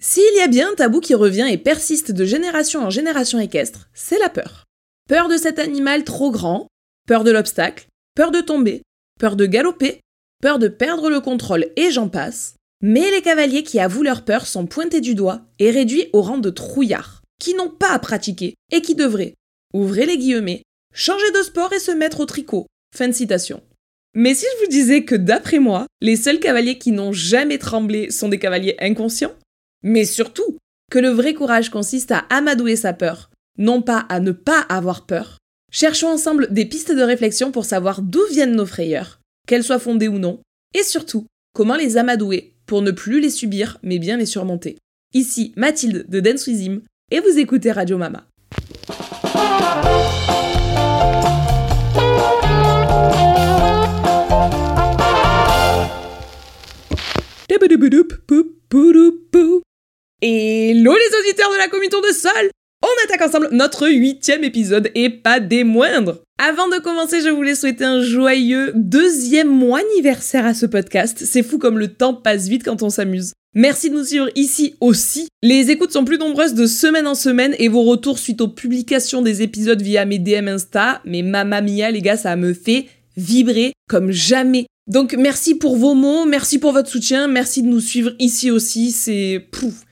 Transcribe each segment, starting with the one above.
S'il y a bien un tabou qui revient et persiste de génération en génération équestre, c'est la peur. Peur de cet animal trop grand, peur de l'obstacle, peur de tomber, peur de galoper, peur de perdre le contrôle et j'en passe. Mais les cavaliers qui avouent leur peur sont pointés du doigt et réduits au rang de trouillards, qui n'ont pas à pratiquer et qui devraient, ouvrez les guillemets, changer de sport et se mettre au tricot. Fin de citation. Mais si je vous disais que d'après moi, les seuls cavaliers qui n'ont jamais tremblé sont des cavaliers inconscients, mais surtout que le vrai courage consiste à amadouer sa peur, non pas à ne pas avoir peur, cherchons ensemble des pistes de réflexion pour savoir d'où viennent nos frayeurs, qu'elles soient fondées ou non, et surtout, comment les amadouer pour ne plus les subir mais bien les surmonter. Ici Mathilde de Dance with Him, et vous écoutez Radio Mama. Hello les auditeurs de la Commu Tour de Sol! On attaque ensemble notre 8e épisode et pas des moindres. Avant de commencer, je voulais souhaiter un joyeux 2e mois anniversaire à ce podcast. C'est fou comme le temps passe vite quand on s'amuse. Merci de nous suivre ici aussi. Les écoutes sont plus nombreuses de semaine en semaine et vos retours suite aux publications des épisodes via mes DM Insta, mais mamma mia les gars, ça me fait vibrer comme jamais. Donc merci pour vos mots, merci pour votre soutien, merci de nous suivre ici aussi, c'est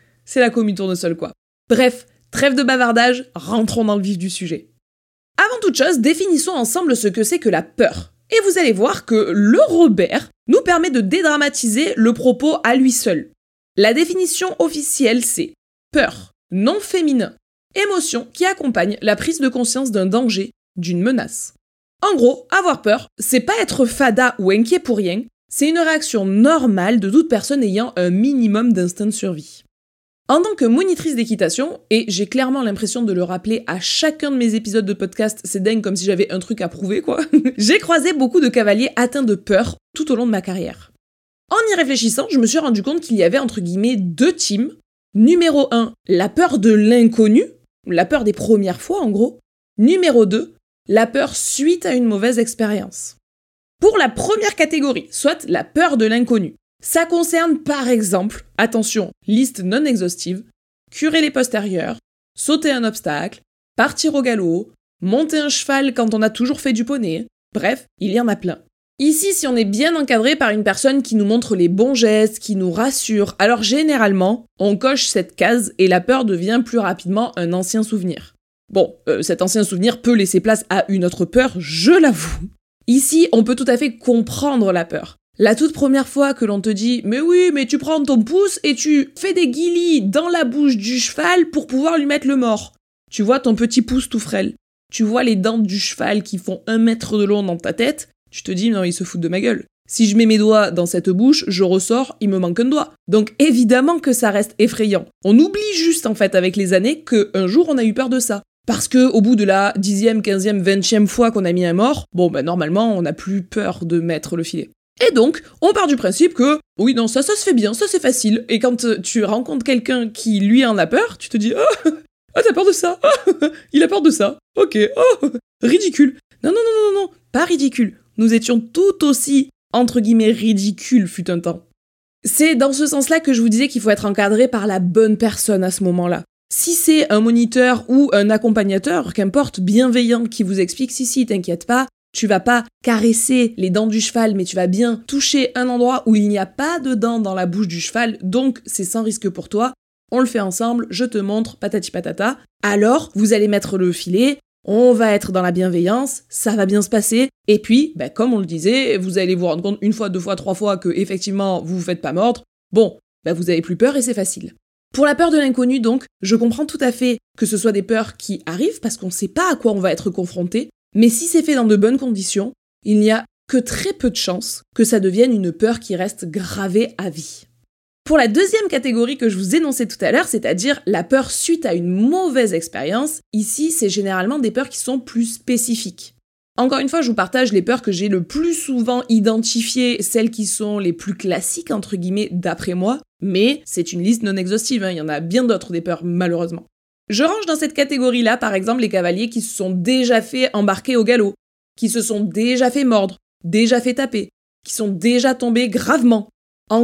la Commu Tour de Sol quoi. Bref, trêve de bavardage, rentrons dans le vif du sujet. Avant toute chose, définissons ensemble ce que c'est que la peur. Et vous allez voir que le Robert nous permet de dédramatiser le propos à lui seul. La définition officielle c'est peur, non féminin, émotion qui accompagne la prise de conscience d'un danger, d'une menace. En gros, avoir peur, c'est pas être fada ou inquiet pour rien, c'est une réaction normale de toute personne ayant un minimum d'instinct de survie. En tant que monitrice d'équitation, et j'ai clairement l'impression de le rappeler à chacun de mes épisodes de podcast, c'est dingue comme si j'avais un truc à prouver quoi, j'ai croisé beaucoup de cavaliers atteints de peur tout au long de ma carrière. En y réfléchissant, je me suis rendu compte qu'il y avait entre guillemets 2 teams. Numéro 1, la peur de l'inconnu, la peur des premières fois en gros. Numéro 2, la peur suite à une mauvaise expérience. Pour la première catégorie, soit la peur de l'inconnu, ça concerne par exemple, attention, liste non exhaustive, curer les postérieurs, sauter un obstacle, partir au galop, monter un cheval quand on a toujours fait du poney, bref, il y en a plein. Ici, si on est bien encadré par une personne qui nous montre les bons gestes, qui nous rassure, alors généralement, on coche cette case et la peur devient plus rapidement un ancien souvenir. Bon, cet ancien souvenir peut laisser place à une autre peur, je l'avoue. Ici, on peut tout à fait comprendre la peur. La toute première fois que l'on te dit « Mais oui, mais tu prends ton pouce et tu fais des guilis dans la bouche du cheval pour pouvoir lui mettre le mort. » Tu vois ton petit pouce tout frêle. Tu vois les dents du cheval qui font 1 mètre de long dans ta tête. Tu te dis « Non, il se fout de ma gueule. Si je mets mes doigts dans cette bouche, je ressors, il me manque un doigt. » Donc évidemment que ça reste effrayant. On oublie juste en fait avec les années qu'un jour on a eu peur de ça. Parce que au bout de la 10e, 15e, 20e fois qu'on a mis un mort, normalement on n'a plus peur de mettre le filet. Et donc, on part du principe que, oui, non, ça se fait bien, ça c'est facile. Et quand tu rencontres quelqu'un qui, lui, en a peur, tu te dis, oh, t'as peur de ça, il a peur de ça, ok, oh, ridicule. Non, pas ridicule. Nous étions tout aussi, entre guillemets, ridicules fut un temps. C'est dans ce sens-là que je vous disais qu'il faut être encadré par la bonne personne à ce moment-là. Si c'est un moniteur ou un accompagnateur, qu'importe, bienveillant, qui vous explique, si, t'inquiète pas, tu vas pas caresser les dents du cheval, mais tu vas bien toucher un endroit où il n'y a pas de dents dans la bouche du cheval, donc c'est sans risque pour toi. On le fait ensemble, je te montre, patati patata. Alors, vous allez mettre le filet, on va être dans la bienveillance, ça va bien se passer. Et puis, comme on le disait, vous allez vous rendre compte 1 fois, 2 fois, 3 fois que effectivement vous vous faites pas mordre. Bon, vous avez plus peur et c'est facile. Pour la peur de l'inconnu donc, je comprends tout à fait que ce soit des peurs qui arrivent parce qu'on sait pas à quoi on va être confronté. Mais si c'est fait dans de bonnes conditions, il n'y a que très peu de chances que ça devienne une peur qui reste gravée à vie. Pour la 2e catégorie que je vous énonçais tout à l'heure, c'est-à-dire la peur suite à une mauvaise expérience, ici c'est généralement des peurs qui sont plus spécifiques. Encore une fois, je vous partage les peurs que j'ai le plus souvent identifiées, celles qui sont les plus classiques entre guillemets d'après moi, mais c'est une liste non exhaustive, il y en a bien d'autres des peurs malheureusement. Je range dans cette catégorie-là, par exemple, les cavaliers qui se sont déjà fait embarquer au galop, qui se sont déjà fait mordre, déjà fait taper, qui sont déjà tombés gravement. En gros,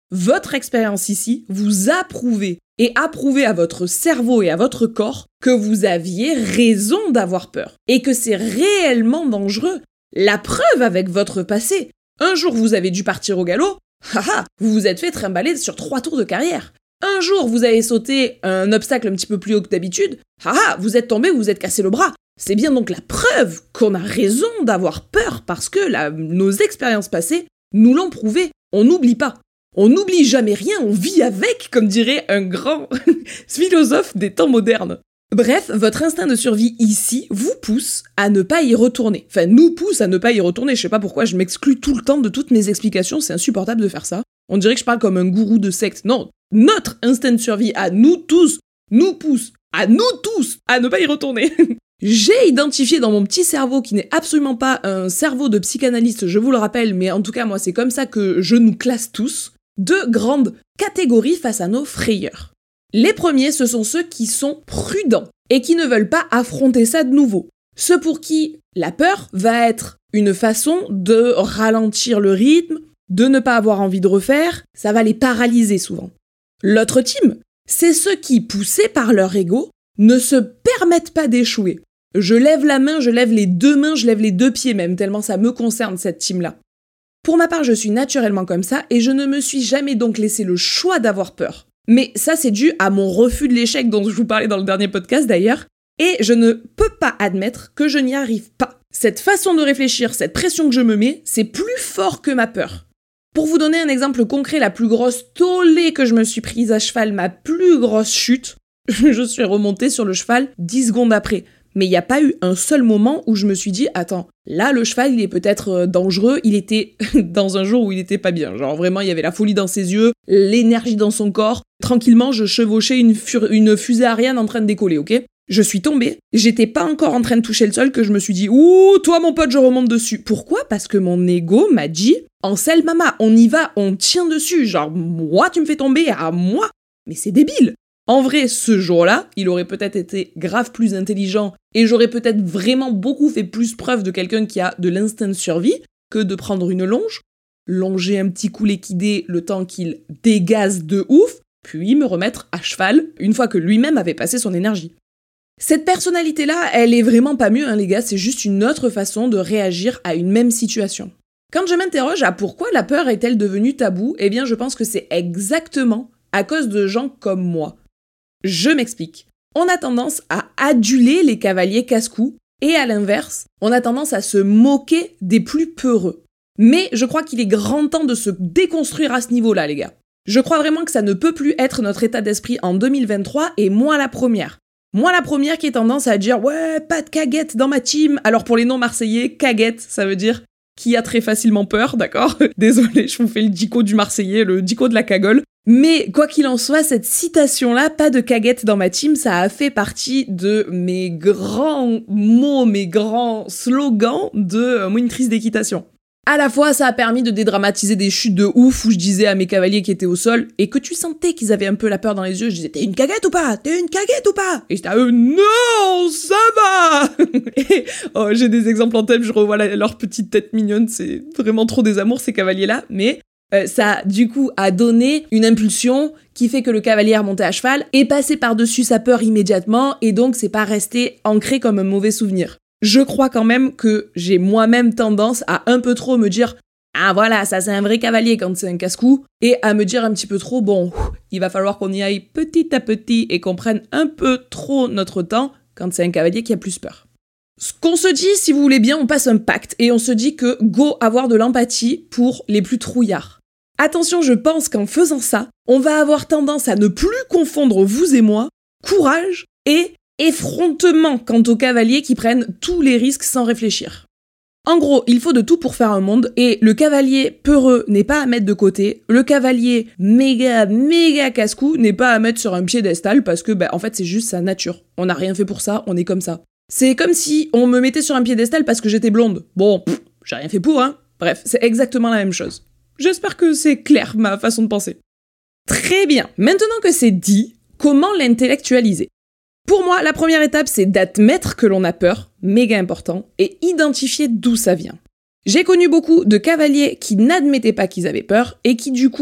Votre expérience ici vous a prouvé et a prouvé à votre cerveau et à votre corps que vous aviez raison d'avoir peur et que c'est réellement dangereux. La preuve avec votre passé. Un jour, vous avez dû partir au galop, vous vous êtes fait trimballer sur 3 tours de carrière. Un jour, vous avez sauté un obstacle un petit peu plus haut que d'habitude, vous êtes tombé, vous vous êtes cassé le bras. C'est bien donc la preuve qu'on a raison d'avoir peur parce que nos expériences passées nous l'ont prouvé. On n'oublie pas. On n'oublie jamais rien, on vit avec, comme dirait un grand philosophe des temps modernes. Bref, votre instinct de survie ici vous pousse à ne pas y retourner. Enfin, nous pousse à ne pas y retourner. Je sais pas pourquoi je m'exclus tout le temps de toutes mes explications, c'est insupportable de faire ça. On dirait que je parle comme un gourou de secte. Non, notre instinct de survie à nous tous nous pousse à nous tous à ne pas y retourner. J'ai identifié dans mon petit cerveau, qui n'est absolument pas un cerveau de psychanalyste, je vous le rappelle, mais en tout cas moi c'est comme ça que je nous classe tous, 2 grandes catégories face à nos frayeurs. Les premiers, ce sont ceux qui sont prudents et qui ne veulent pas affronter ça de nouveau. Ceux pour qui la peur va être une façon de ralentir le rythme, de ne pas avoir envie de refaire, ça va les paralyser souvent. L'autre team, c'est ceux qui, poussés par leur ego, ne se permettent pas d'échouer. Je lève la main, je lève les 2 mains, je lève les 2 pieds même, tellement ça me concerne cette team-là. Pour ma part, je suis naturellement comme ça et je ne me suis jamais donc laissé le choix d'avoir peur. Mais ça, c'est dû à mon refus de l'échec dont je vous parlais dans le dernier podcast d'ailleurs, et je ne peux pas admettre que je n'y arrive pas. Cette façon de réfléchir, cette pression que je me mets, c'est plus fort que ma peur. Pour vous donner un exemple concret, la plus grosse tollée que je me suis prise à cheval, ma plus grosse chute, je suis remontée sur le cheval 10 secondes après. Mais il n'y a pas eu un seul moment où je me suis dit « Attends, là, le cheval, il est peut-être dangereux. » Il était dans un jour où il était pas bien. Genre vraiment, il y avait la folie dans ses yeux, l'énergie dans son corps. Tranquillement, je chevauchais une fusée Ariane en train de décoller, ok ? Je suis tombée, j'étais pas encore en train de toucher le sol que je me suis dit « Ouh, toi mon pote, je remonte dessus. » Pourquoi ? Parce que mon ego m'a dit « Ansel, mama, on y va, on tient dessus. Genre, moi, tu me fais tomber, à moi. » Mais c'est débile. En vrai, ce jour-là, il aurait peut-être été grave plus intelligent et j'aurais peut-être vraiment beaucoup fait plus preuve de quelqu'un qui a de l'instinct de survie que de prendre une longe, longer un petit coup l'équidé le temps qu'il dégaze de ouf, puis me remettre à cheval une fois que lui-même avait passé son énergie. Cette personnalité-là, elle est vraiment pas mieux, hein, les gars, c'est juste une autre façon de réagir à une même situation. Quand je m'interroge à pourquoi la peur est-elle devenue tabou, eh bien je pense que c'est exactement à cause de gens comme moi. Je m'explique. On a tendance à aduler les cavaliers casse-cou et à l'inverse, on a tendance à se moquer des plus peureux. Mais je crois qu'il est grand temps de se déconstruire à ce niveau-là, les gars. Je crois vraiment que ça ne peut plus être notre état d'esprit en 2023 et moi la première. Moi la première qui ai tendance à dire « Ouais, pas de caguette dans ma team ». Alors pour les non-marseillais, caguette, ça veut dire qui a très facilement peur, d'accord ? Désolé, je vous fais le dico du marseillais, le dico de la cagole. Mais quoi qu'il en soit, cette citation-là, pas de caguette dans ma team, ça a fait partie de mes grands mots, mes grands slogans de monitrice d'équitation. À la fois, ça a permis de dédramatiser des chutes de ouf où je disais à mes cavaliers qui étaient au sol et que tu sentais qu'ils avaient un peu la peur dans les yeux, je disais « T'es une caguette ou pas ? T'es une caguette ou pas ?» Et j'étais à eux « Non, ça va !» Et j'ai des exemples en tête, je revois leur petite tête mignonne, c'est vraiment trop des amours ces cavaliers-là, mais... ça, du coup, a donné une impulsion qui fait que le cavalier est remonté à cheval et passé par-dessus sa peur immédiatement et donc c'est pas resté ancré comme un mauvais souvenir. Je crois quand même que j'ai moi-même tendance à un peu trop me dire « Ah voilà, ça c'est un vrai cavalier quand c'est un casse-cou » et à me dire un petit peu trop « Bon, il va falloir qu'on y aille petit à petit et qu'on prenne un peu trop notre temps quand c'est un cavalier qui a plus peur. » Ce qu'on se dit, si vous voulez bien, on passe un pacte et on se dit que go avoir de l'empathie pour les plus trouillards. Attention, je pense qu'en faisant ça, on va avoir tendance à ne plus confondre vous et moi, courage et effrontement quant aux cavaliers qui prennent tous les risques sans réfléchir. En gros, il faut de tout pour faire un monde et le cavalier peureux n'est pas à mettre de côté, le cavalier méga casse-cou n'est pas à mettre sur un piédestal parce que en fait c'est juste sa nature. On n'a rien fait pour ça, on est comme ça. C'est comme si on me mettait sur un piédestal parce que j'étais blonde. Bon, j'ai rien fait pour, hein. Bref, c'est exactement la même chose. J'espère que c'est clair, ma façon de penser. Très bien, maintenant que c'est dit, comment l'intellectualiser ? Pour moi, la première étape, c'est d'admettre que l'on a peur, méga important, et identifier d'où ça vient. J'ai connu beaucoup de cavaliers qui n'admettaient pas qu'ils avaient peur, et qui du coup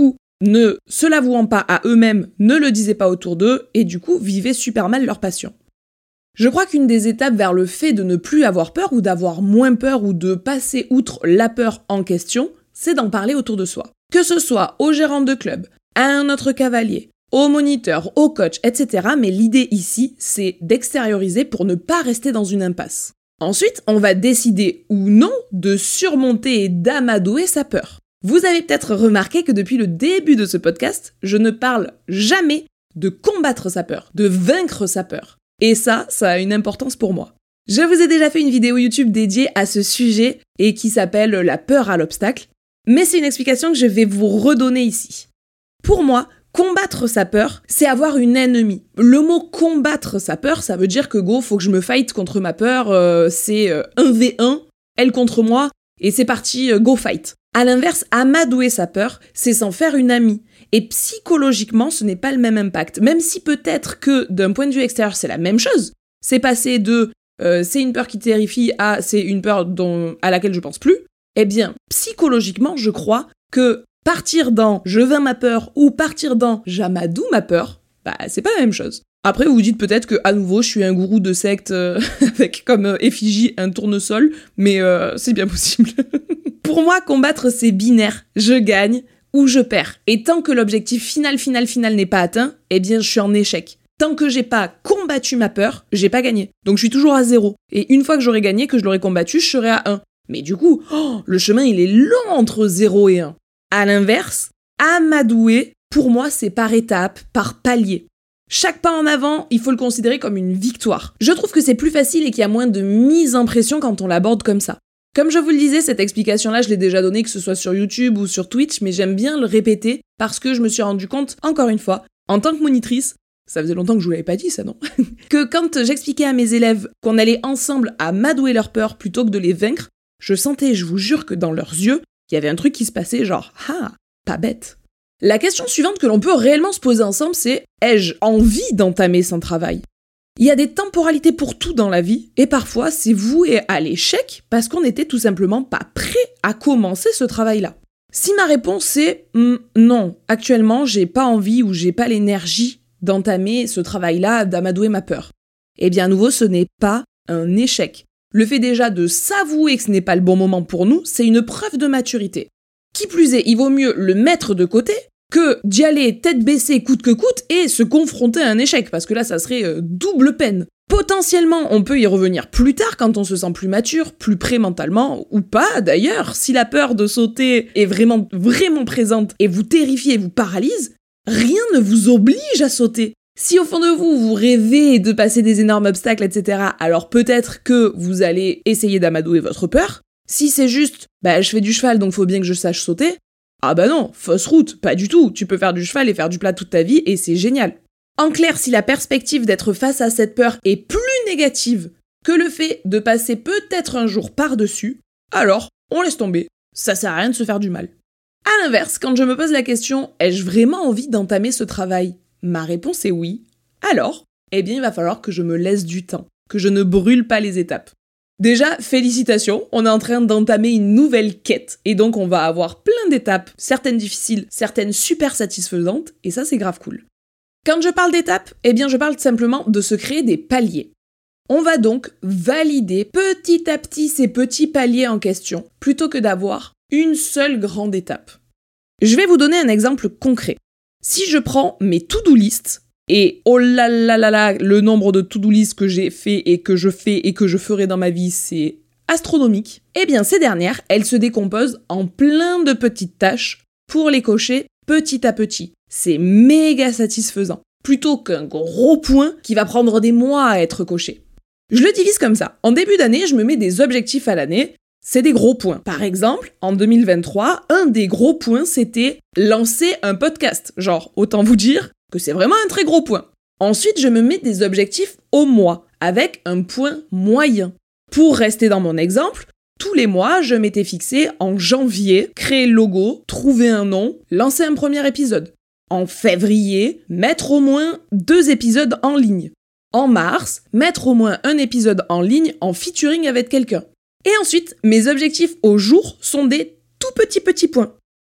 ne se l'avouant pas à eux-mêmes, ne le disaient pas autour d'eux, et du coup vivaient super mal leur passion. Je crois qu'une des étapes vers le fait de ne plus avoir peur ou d'avoir moins peur ou de passer outre la peur en question, c'est d'en parler autour de soi. Que ce soit au gérant de club, à un autre cavalier, au moniteur, au coach, etc. Mais l'idée ici, c'est d'extérioriser pour ne pas rester dans une impasse. Ensuite, on va décider ou non de surmonter et d'amadouer sa peur. Vous avez peut-être remarqué que depuis le début de ce podcast, je ne parle jamais de combattre sa peur, de vaincre sa peur. Et ça a une importance pour moi. Je vous ai déjà fait une vidéo YouTube dédiée à ce sujet et qui s'appelle « La peur à l'obstacle », mais c'est une explication que je vais vous redonner ici. Pour moi, combattre sa peur, c'est avoir une ennemie. Le mot « combattre sa peur », ça veut dire que faut que je me fight contre ma peur, c'est 1v1, elle contre moi, et c'est parti, go fight. À l'inverse, amadouer sa peur, c'est s'en faire une amie. Et psychologiquement, ce n'est pas le même impact. Même si peut-être que d'un point de vue extérieur, c'est la même chose. C'est passé de c'est une peur qui te terrifie à c'est une peur à laquelle je pense plus. Eh bien, psychologiquement, je crois que partir dans je vainc ma peur ou partir dans j'amadoue ma peur, c'est pas la même chose. Après, vous vous dites peut-être que à nouveau, je suis un gourou de secte avec comme effigie un tournesol, mais c'est bien possible. Pour moi, combattre, c'est binaire. Je gagne ou je perds. Et tant que l'objectif final n'est pas atteint, eh bien, je suis en échec. Tant que j'ai pas combattu ma peur, j'ai pas gagné. Donc, je suis toujours à 0. Et une fois que j'aurai gagné, que je l'aurai combattu, je serai à 1. Mais du coup, le chemin, il est long entre 0 et 1. À l'inverse, amadouer, pour moi, c'est par étapes, par palier. Chaque pas en avant, il faut le considérer comme une victoire. Je trouve que c'est plus facile et qu'il y a moins de mise en pression quand on l'aborde comme ça. Comme je vous le disais, cette explication-là, je l'ai déjà donnée, que ce soit sur YouTube ou sur Twitch, mais j'aime bien le répéter parce que je me suis rendu compte, encore une fois, en tant que monitrice, ça faisait longtemps que je vous l'avais pas dit ça, non? Que quand j'expliquais à mes élèves qu'on allait ensemble amadouer leur peur plutôt que de les vaincre, je sentais, je vous jure, que dans leurs yeux, il y avait un truc qui se passait genre « Ah, pas bête ». La question suivante que l'on peut réellement se poser ensemble, c'est « Ai-je envie d'entamer son travail ?» Il y a des temporalités pour tout dans la vie, et parfois c'est voué à l'échec parce qu'on n'était tout simplement pas prêt à commencer ce travail-là. Si ma réponse est non, actuellement j'ai pas envie ou j'ai pas l'énergie d'entamer ce travail-là, d'amadouer ma peur, eh bien à nouveau ce n'est pas un échec. Le fait déjà de s'avouer que ce n'est pas le bon moment pour nous, c'est une preuve de maturité. Qui plus est, il vaut mieux le mettre de côté que d'y aller tête baissée coûte que coûte et se confronter à un échec, parce que là ça serait double peine. Potentiellement, on peut y revenir plus tard quand on se sent plus mature, plus prêt mentalement, ou pas d'ailleurs. Si la peur de sauter est vraiment présente et vous terrifie et vous paralyse, rien ne vous oblige à sauter. Si au fond de vous, vous rêvez de passer des énormes obstacles, etc., alors peut-être que vous allez essayer d'amadouer votre peur. Si c'est juste, je fais du cheval donc faut bien que je sache sauter, ah non, fausse route, pas du tout. Tu peux faire du cheval et faire du plat toute ta vie et c'est génial. En clair, si la perspective d'être face à cette peur est plus négative que le fait de passer peut-être un jour par-dessus, alors on laisse tomber. Ça sert à rien de se faire du mal. À l'inverse, quand je me pose la question « Ai-je vraiment envie d'entamer ce travail ?» Ma réponse est oui. Alors, il va falloir que je me laisse du temps, que je ne brûle pas les étapes. Déjà, félicitations, on est en train d'entamer une nouvelle quête, et donc on va avoir plein d'étapes, certaines difficiles, certaines super satisfaisantes, et ça c'est grave cool. Quand je parle d'étapes, je parle simplement de se créer des paliers. On va donc valider petit à petit ces petits paliers en question, plutôt que d'avoir une seule grande étape. Je vais vous donner un exemple concret. Si je prends mes to-do list, et oh là là là là, le nombre de to-do list que j'ai fait et que je fais et que je ferai dans ma vie, c'est astronomique. Ces dernières, elles se décomposent en plein de petites tâches pour les cocher petit à petit. C'est méga satisfaisant, plutôt qu'un gros point qui va prendre des mois à être coché. Je le divise comme ça. En début d'année, je me mets des objectifs à l'année. C'est des gros points. Par exemple, en 2023, un des gros points, c'était lancer un podcast. Genre, autant vous dire que c'est vraiment un très gros point. Ensuite, je me mets des objectifs au mois, avec un point moyen. Pour rester dans mon exemple, tous les mois, je m'étais fixé en janvier, créer le logo, trouver un nom, lancer un premier épisode. En février, mettre au moins 2 épisodes en ligne. En mars, mettre au moins un épisode en ligne en featuring avec quelqu'un. Et ensuite, mes objectifs au jour sont des tout petits points.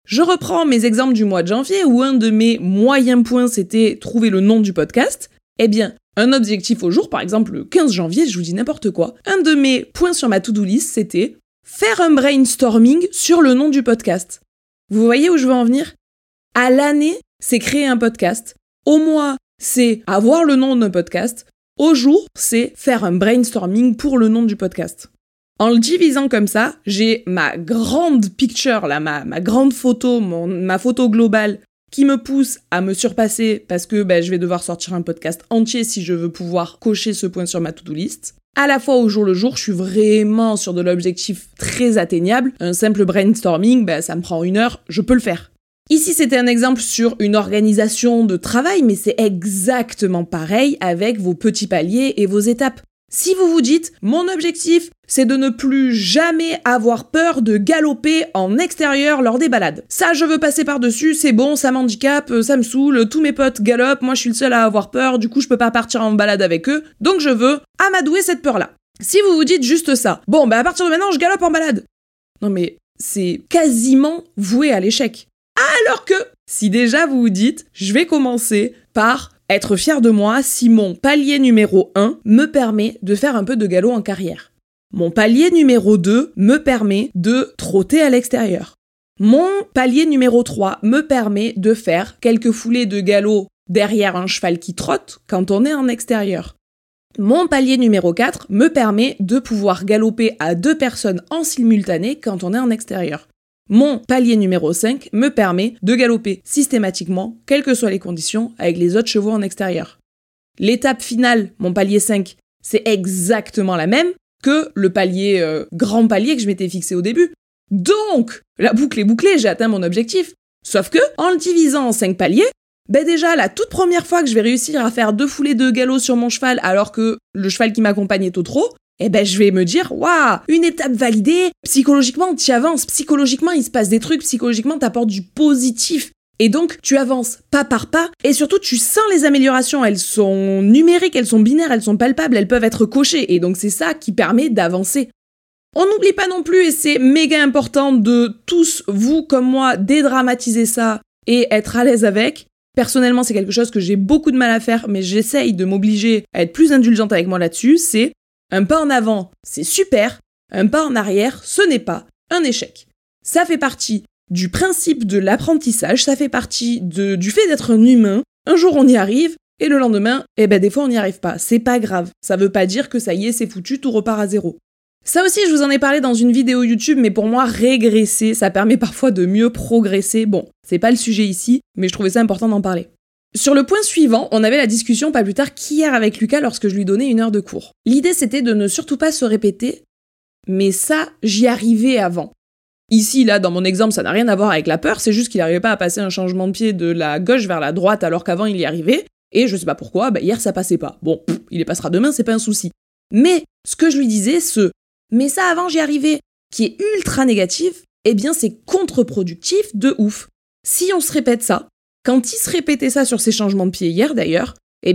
Je reprends mes exemples du mois de janvier où un de mes moyens points c'était trouver le nom du podcast. Eh bien, un objectif au jour, par exemple le 15 janvier, je vous dis n'importe quoi, un de mes points sur ma to-do list c'était faire un brainstorming sur le nom du podcast. Vous voyez où je veux en venir ? À l'année, c'est créer un podcast. Au mois, c'est avoir le nom d'un podcast. Au jour, c'est faire un brainstorming pour le nom du podcast. En le divisant comme ça, j'ai ma grande picture, là, ma grande photo, ma photo globale qui me pousse à me surpasser parce que je vais devoir sortir un podcast entier si je veux pouvoir cocher ce point sur ma to-do list. À la fois au jour le jour, je suis vraiment sur de l'objectif très atteignable. Un simple brainstorming, ça me prend 1 heure, je peux le faire. Ici, c'était un exemple sur une organisation de travail, mais c'est exactement pareil avec vos petits paliers et vos étapes. Si vous vous dites, mon objectif, c'est de ne plus jamais avoir peur de galoper en extérieur lors des balades. Ça, je veux passer par-dessus, c'est bon, ça m'handicape, ça me saoule, tous mes potes galopent, moi je suis le seul à avoir peur, du coup je peux pas partir en balade avec eux, donc je veux amadouer cette peur-là. Si vous vous dites juste ça, bon, à partir de maintenant, je galope en balade. Non mais, c'est quasiment voué à l'échec. Alors que, si déjà vous vous dites, je vais commencer par être fier de moi si mon palier numéro 1 me permet de faire un peu de galop en carrière. Mon palier numéro 2 me permet de trotter à l'extérieur. Mon palier numéro 3 me permet de faire quelques foulées de galop derrière un cheval qui trotte quand on est en extérieur. Mon palier numéro 4 me permet de pouvoir galoper à 2 personnes en simultané quand on est en extérieur. Mon palier numéro 5 me permet de galoper systématiquement, quelles que soient les conditions, avec les autres chevaux en extérieur. L'étape finale, mon palier 5, c'est exactement la même que le palier, grand palier que je m'étais fixé au début. Donc, la boucle est bouclée, j'ai atteint mon objectif. Sauf que, en le divisant en 5 paliers, déjà, la toute première fois que je vais réussir à faire 2 foulées de galop sur mon cheval alors que le cheval qui m'accompagne est au trot, je vais me dire, waouh, une étape validée, psychologiquement, t'y avances, psychologiquement, il se passe des trucs, psychologiquement, t'apportes du positif. Et donc, tu avances pas par pas, et surtout, tu sens les améliorations, elles sont numériques, elles sont binaires, elles sont palpables, elles peuvent être cochées, et donc c'est ça qui permet d'avancer. On n'oublie pas non plus, et c'est méga important de tous, vous comme moi, dédramatiser ça et être à l'aise avec. Personnellement, c'est quelque chose que j'ai beaucoup de mal à faire, mais j'essaye de m'obliger à être plus indulgente avec moi là-dessus, c'est un pas en avant, c'est super, un pas en arrière, ce n'est pas un échec. Ça fait partie du principe de l'apprentissage, ça fait partie du fait d'être un humain. Un jour on y arrive, et le lendemain, des fois on n'y arrive pas. C'est pas grave, ça veut pas dire que ça y est, c'est foutu, tout repart à zéro. Ça aussi, je vous en ai parlé dans une vidéo YouTube, mais pour moi, régresser, ça permet parfois de mieux progresser. Bon, c'est pas le sujet ici, mais je trouvais ça important d'en parler. Sur le point suivant, on avait la discussion pas plus tard qu'hier avec Lucas lorsque je lui donnais 1 heure de cours. L'idée c'était de ne surtout pas se répéter, mais ça, j'y arrivais avant. Ici, là, dans mon exemple, ça n'a rien à voir avec la peur, c'est juste qu'il n'arrivait pas à passer un changement de pied de la gauche vers la droite alors qu'avant il y arrivait, et je sais pas pourquoi, hier ça passait pas. Bon, il les passera demain, c'est pas un souci. Mais, ce que je lui disais, mais ça avant j'y arrivais, qui est ultra négatif, c'est contre-productif de ouf. Si on se répète ça, quand il se répétait ça sur ses changements de pied hier d'ailleurs,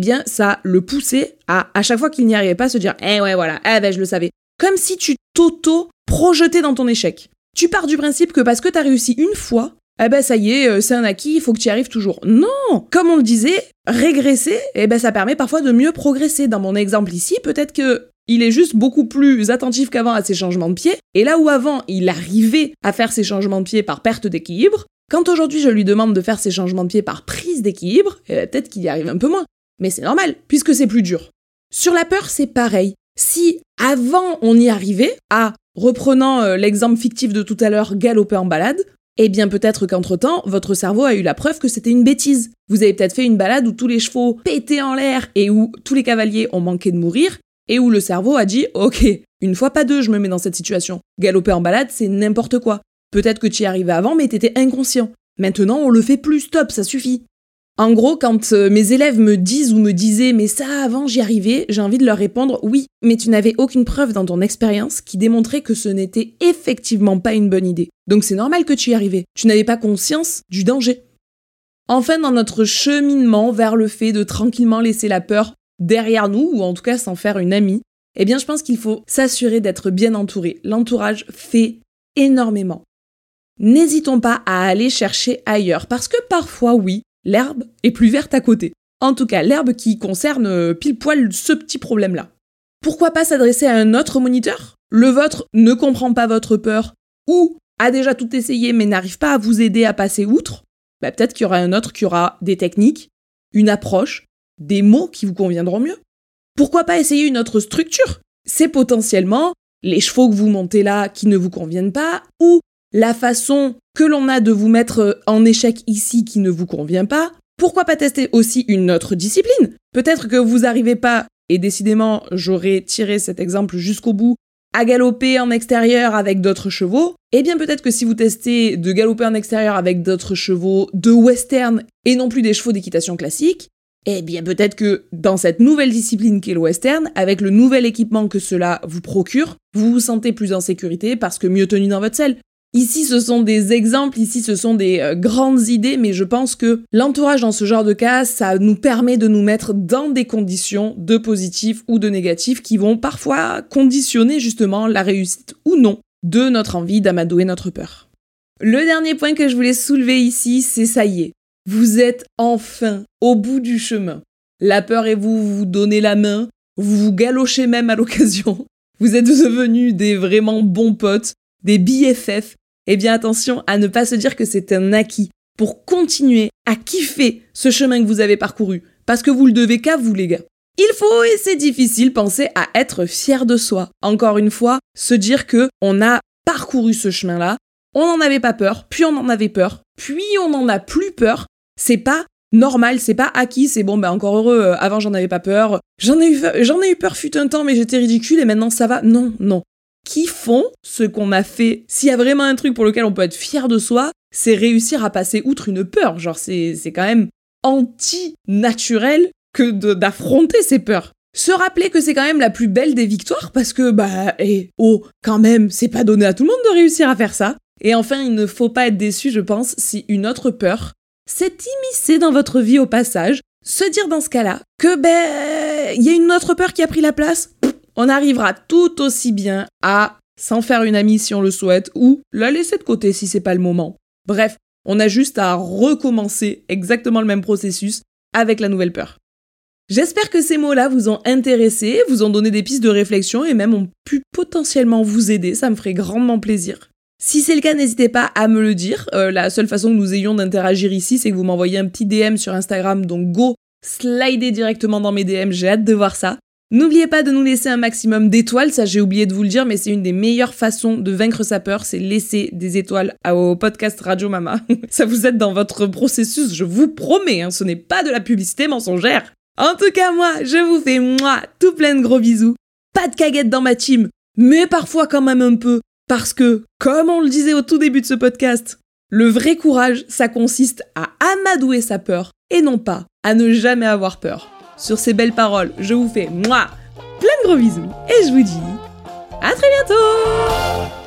ça le poussait à chaque fois qu'il n'y arrivait pas, se dire « ouais voilà, je le savais ». Comme si tu t'auto-projetais dans ton échec. Tu pars du principe que parce que t'as réussi une fois, ça y est, c'est un acquis, il faut que tu y arrives toujours. Non! Comme on le disait, régresser, ça permet parfois de mieux progresser. Dans mon exemple ici, peut-être qu'il est juste beaucoup plus attentif qu'avant à ses changements de pied, et là où avant, il arrivait à faire ses changements de pied par perte d'équilibre, quand aujourd'hui je lui demande de faire ses changements de pied par prise d'équilibre, peut-être qu'il y arrive un peu moins. Mais c'est normal, puisque c'est plus dur. Sur la peur, c'est pareil. Si avant on y arrivait, reprenant l'exemple fictif de tout à l'heure, galoper en balade, peut-être qu'entre-temps, votre cerveau a eu la preuve que c'était une bêtise. Vous avez peut-être fait une balade où tous les chevaux pétaient en l'air et où tous les cavaliers ont manqué de mourir, et où le cerveau a dit « Ok, une fois pas deux, je me mets dans cette situation. Galoper en balade, c'est n'importe quoi. Peut-être que tu y arrivais avant, mais t'étais inconscient. Maintenant, on le fait plus, stop, ça suffit. » En gros, quand mes élèves me disent ou me disaient « mais ça, avant, j'y arrivais », j'ai envie de leur répondre « oui, mais tu n'avais aucune preuve dans ton expérience qui démontrait que ce n'était effectivement pas une bonne idée. Donc c'est normal que tu y arrivais. Tu n'avais pas conscience du danger. » Enfin, dans notre cheminement vers le fait de tranquillement laisser la peur derrière nous, ou en tout cas s'en faire une amie, je pense qu'il faut s'assurer d'être bien entouré. L'entourage fait énormément. n'hésitons pas à aller chercher ailleurs. Parce que parfois, oui, l'herbe est plus verte à côté. En tout cas, l'herbe qui concerne pile poil ce petit problème-là. Pourquoi pas s'adresser à un autre moniteur ? Le vôtre ne comprend pas votre peur ou a déjà tout essayé mais n'arrive pas à vous aider à passer outre. Peut-être qu'il y aura un autre qui aura des techniques, une approche, des mots qui vous conviendront mieux. Pourquoi pas essayer une autre structure ? C'est potentiellement les chevaux que vous montez là qui ne vous conviennent pas ou la façon que l'on a de vous mettre en échec ici qui ne vous convient pas. Pourquoi pas tester aussi une autre discipline ? Peut-être que vous n'arrivez pas, et décidément j'aurais tiré cet exemple jusqu'au bout, à galoper en extérieur avec d'autres chevaux. Eh bien peut-être que si vous testez de galoper en extérieur avec d'autres chevaux de western et non plus des chevaux d'équitation classique, eh bien peut-être que dans cette nouvelle discipline qu'est le western, avec le nouvel équipement que cela vous procure, vous vous sentez plus en sécurité parce que mieux tenu dans votre selle. Ici, ce sont des exemples, ici, ce sont des grandes idées, mais je pense que l'entourage dans ce genre de cas, ça nous permet de nous mettre dans des conditions de positif ou de négatif qui vont parfois conditionner justement la réussite ou non de notre envie d'amadouer notre peur. Le dernier point que je voulais soulever ici, c'est ça y est, vous êtes enfin au bout du chemin. La peur et vous donnez la main, vous vous galochez même à l'occasion, vous êtes devenus des vraiment bons potes, des BFF. Eh bien attention à ne pas se dire que c'est un acquis pour continuer à kiffer ce chemin que vous avez parcouru, parce que vous le devez qu'à vous les gars. Il faut, et c'est difficile, penser à être fier de soi. Encore une fois, se dire que on a parcouru ce chemin-là, on n'en avait pas peur, puis on en avait peur, puis on n'en a plus peur. C'est pas normal, c'est pas acquis, c'est bon, encore heureux, avant j'en avais pas peur, j'en ai eu peur fut un temps mais j'étais ridicule et maintenant ça va. Non. Kiffons ce qu'on a fait. S'il y a vraiment un truc pour lequel on peut être fier de soi, c'est réussir à passer outre une peur. Genre, c'est quand même anti-naturel que d'affronter ces peurs. Se rappeler que c'est quand même la plus belle des victoires parce que, quand même, c'est pas donné à tout le monde de réussir à faire ça. Et enfin, il ne faut pas être déçu, je pense, si une autre peur s'est immiscée dans votre vie au passage. Se dire dans ce cas-là que, il y a une autre peur qui a pris la place. On arrivera tout aussi bien à s'en faire une amie si on le souhaite ou la laisser de côté si c'est pas le moment. Bref, on a juste à recommencer exactement le même processus avec la nouvelle peur. J'espère que ces mots-là vous ont intéressé, vous ont donné des pistes de réflexion et même ont pu potentiellement vous aider, ça me ferait grandement plaisir. Si c'est le cas, n'hésitez pas à me le dire. La seule façon que nous ayons d'interagir ici, c'est que vous m'envoyez un petit DM sur Instagram, donc go slider directement dans mes DM, j'ai hâte de voir ça. N'oubliez pas de nous laisser un maximum d'étoiles, ça j'ai oublié de vous le dire, mais c'est une des meilleures façons de vaincre sa peur, c'est laisser des étoiles au podcast Radio Mama. Ça vous aide dans votre processus, je vous promets, ce n'est pas de la publicité mensongère. En tout cas, moi, je vous fais tout plein de gros bisous. Pas de caguettes dans ma team, mais parfois quand même un peu, parce que, comme on le disait au tout début de ce podcast, le vrai courage, ça consiste à amadouer sa peur, et non pas à ne jamais avoir peur. Sur ces belles paroles, je vous fais plein de gros bisous et je vous dis à très bientôt!